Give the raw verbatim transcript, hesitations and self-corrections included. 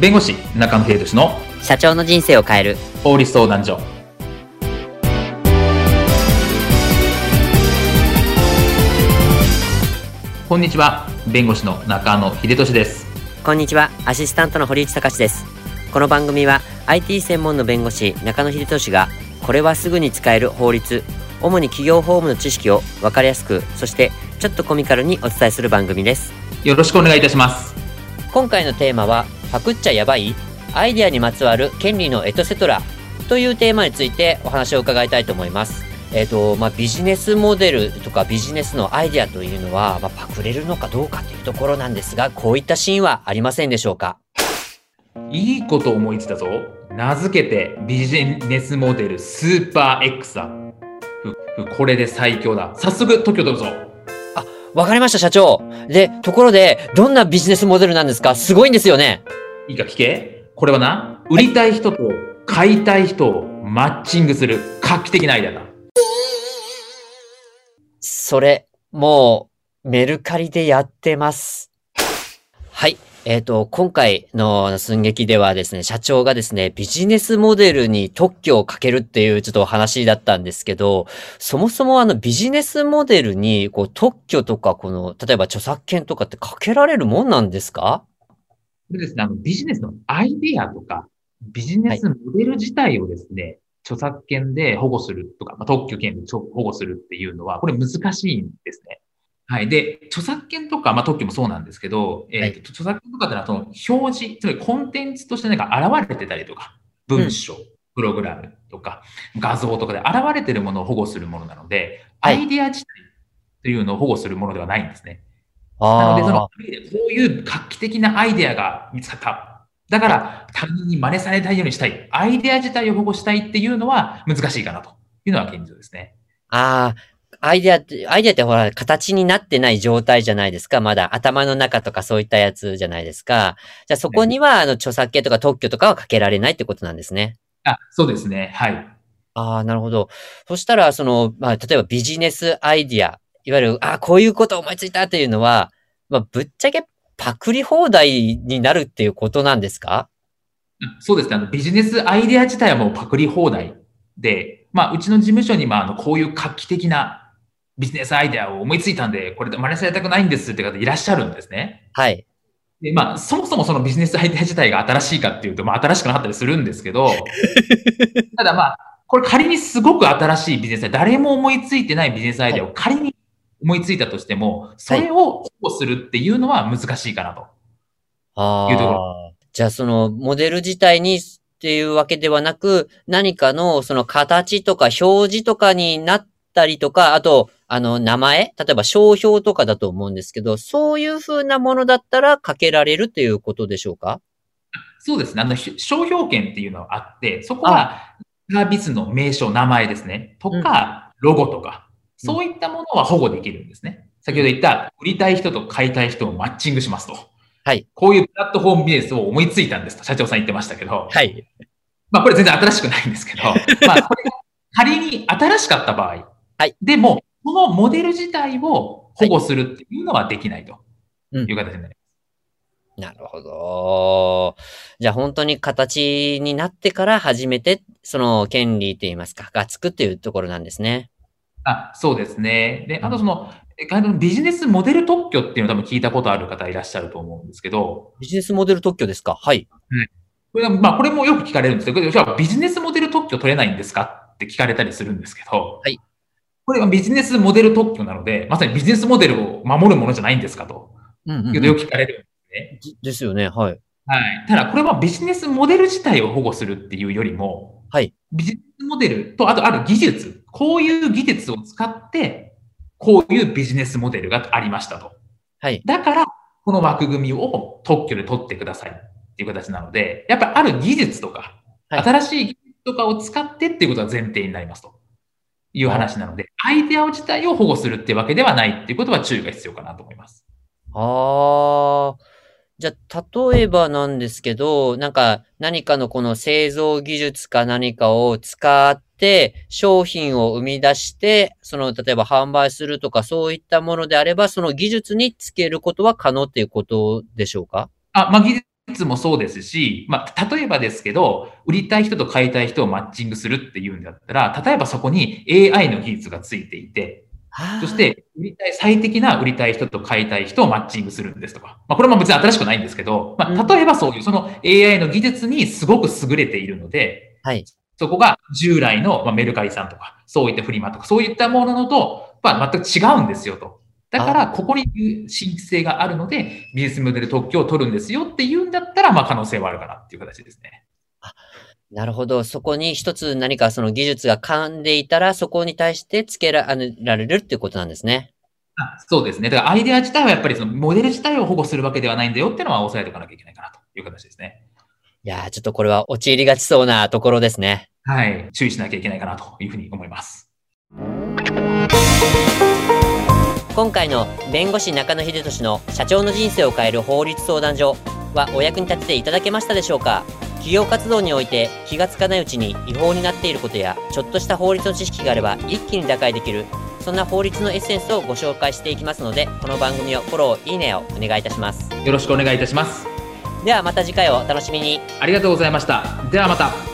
弁護士中野秀俊の社長の人生を変える法律相談所。こんにちは、弁護士の中野秀俊です。 こんにちは、アシスタントの堀内隆です。この番組は アイティー 専門の弁護士中野秀俊がこれはすぐに使える法律、主に企業法務の知識を分かりやすく、そしてちょっとコミカルにお伝えする番組です。 よろしくお願いいたします。 今回のテーマはパクっちゃやばいアイデアにまつわる権利のエトセトラというテーマについてお話を伺いたいと思います。えっと、まあ、ビジネスモデルとかビジネスのアイデアというのは、まあ、パクれるのかどうかというところなんですが、こういったシーンはありませんでしょうか？ いいこと思いついたぞ。名付けてビジネスモデルスーパー X だ。これで最強だ。早速特許取るぞ。 あ、わかりました、社長。で、ところで、どんなビジネスモデルなんですか？すごいんですよね。 いいか聞け。これはな、売りたい人と買いたい人をマッチングする画期的なアイデアだ。 それ、もう、メルカリでやってます。はい。えっと、今回の寸劇ではですね、社長がですね、ビジネスモデルに特許をかけるっていうちょっとお話だったんですけど、そもそもあのビジネスモデルにこう特許とかこの、例えば著作権とかってかけられるもんなんですか？ でですね、あのビジネスのアイデアとか、ビジネスモデル自体をですね、はい、著作権で保護するとか、まあ、特許権で保護するっていうのは、これ難しいんですね。はい。で、著作権とか、まあ、特許もそうなんですけど、えーとはい、著作権とかってのは、その表示、つまりコンテンツとしてなんか現れてたりとか、文章、うん、プログラムとか、画像とかで現れているものを保護するものなので、はい、アイデア自体というのを保護するものではないんですね。なので、その、こういう画期的なアイデアが見つかった。だから、他人に真似されないようにしたい。アイデア自体を保護したいっていうのは難しいかなというのは現状ですね。 ああ。アイデアって、アイデアってほら、形になってない状態じゃないですか。まだ頭の中とかそういったやつじゃないですか。じゃあそこには、あの、著作権とか特許とかはかけられないってことなんですね。 あ、そうですね。はい。 ああ、なるほど。そしたら、その、まあ、例えばビジネスアイデア、いわゆる、ああ、こういうことを思いついたっていうのは、まあ、ぶっちゃけパクリ放題になるっていうことなんですか？ そうですね。あの、ビジネスアイデア自体はもうパクリ放題で、まあ、うちの事務所に、まあ、あの、こういう画期的なビジネスアイデアを思いついたんで、これで真似されたくないんですって方いらっしゃるんですね。 はい。 で、まあ、そもそもそのビジネスアイデア自体が新しいかっていうと、まあ、新しくなかったりするんですけど、ただまあ、これ仮にすごく新しいビジネスアイデア、誰も思いついてないビジネスアイデアを仮に思いついたとしても、それを保護するっていうのは難しいかなというところ。 ああ。じゃあそのモデル自体にっていうわけではなく、何かのその形とか表示とかになったりとか、あと、あの名前、例えば商標とかだと思うんですけど、そういう風なものだったらかけられるっていうことでしょうか？ そうですね。あの、商標権っていうのがあって、そこはサービスの名称、名前ですね。とか、うん、ロゴとか、そういったものは保護できるんですね。うん、先ほど言った、売りたい人と買いたい人をマッチングしますと。 はい。 こういうプラットフォームビジネスを思いついたんですと、社長さん言ってましたけど。 はい。 まあ、これ全然新しくないんですけど、まあ、これが仮に新しかった場合、 はい。 でも、このモデル自体を保護するっていうのはできないという形になります。うん、 なるほど。じゃあ本当に形になってから初めて、その権利と言いますか、がつくっていうところなんですね。 あ、そうですね。で、あとその、ビジネスモデル特許っていうのを多分聞いたことある方いらっしゃると思うんですけど。 ビジネスモデル特許ですか？はい。 はい。これは、まあ、これもよく聞かれるんですけど、じゃあビジネスモデル特許取れないんですかって聞かれたりするんですけど。 はい。 これはビジネスモデル特許なので、まさにビジネスモデルを守るものじゃないんですかと。うんうんうん、よく聞かれるんですね。ですよね。はい。 はい。ただ、これはビジネスモデル自体を保護するっていうよりも、 はい。 ビジネスモデルと、あとある技術、こういう技術を使って、こういうビジネスモデルがありましたと。 はい。 だから、この枠組みを特許で取ってくださいっていう形なので、やっぱりある技術とか、はい、新しい技術とかを使ってっていうことが前提になりますという話なので、アイデア自体を保護するっていうわけではないっていうことは注意が必要かなと思います。 ああ。じゃあ、例えばなんですけど、なんか何かのこの製造技術か何かを使って商品を生み出して、その例えば販売するとかそういったものであれば、その技術につけることは可能っていうことでしょうか？ あ、まあ、技術もそうですし、まあ、例えばですけど、売りたい人と買いたい人をマッチングするっていうんだったら、例えばそこに エーアイ の技術がついていて、そして、売りたい、最適な売りたい人と買いたい人をマッチングするんですとか。まあ、これも別に新しくないんですけど、まあ、例えばそういう、その エーアイ の技術にすごく優れているので、 はい。 そこが従来の、まあ、メルカリさんとか、そういったフリマとか、そういったものと、まあ、全く違うんですよと。だから、ここに新規性があるので、ビジネスモデル特許を取るんですよっていうんだったら、まあ、可能性はあるかなっていう形ですね。 なるほど。そこに一つ何かその技術が噛んでいたら、そこに対して付けらられるっていうことなんですね。 あ、そうですね。だからアイデア自体はやっぱりそのモデル自体を保護するわけではないんだよっていうのは押さえておかなきゃいけないかなという形ですね。 いやー、ちょっとこれは陥りがちそうなところですね。 はい。注意しなきゃいけないかなというふうに思います。 今回の弁護士中野秀俊の社長の人生を変える法律相談所はお役に立てていただけましたでしょうか。企業活動において気がつかないうちに違法になっていることや、ちょっとした法律の知識があれば一気に打開できる、そんな法律のエッセンスをご紹介していきますので、この番組をフォロー、いいねをお願いいたします。 よろしくお願いいたします。 ではまた次回をお楽しみに。 ありがとうございました。ではまた。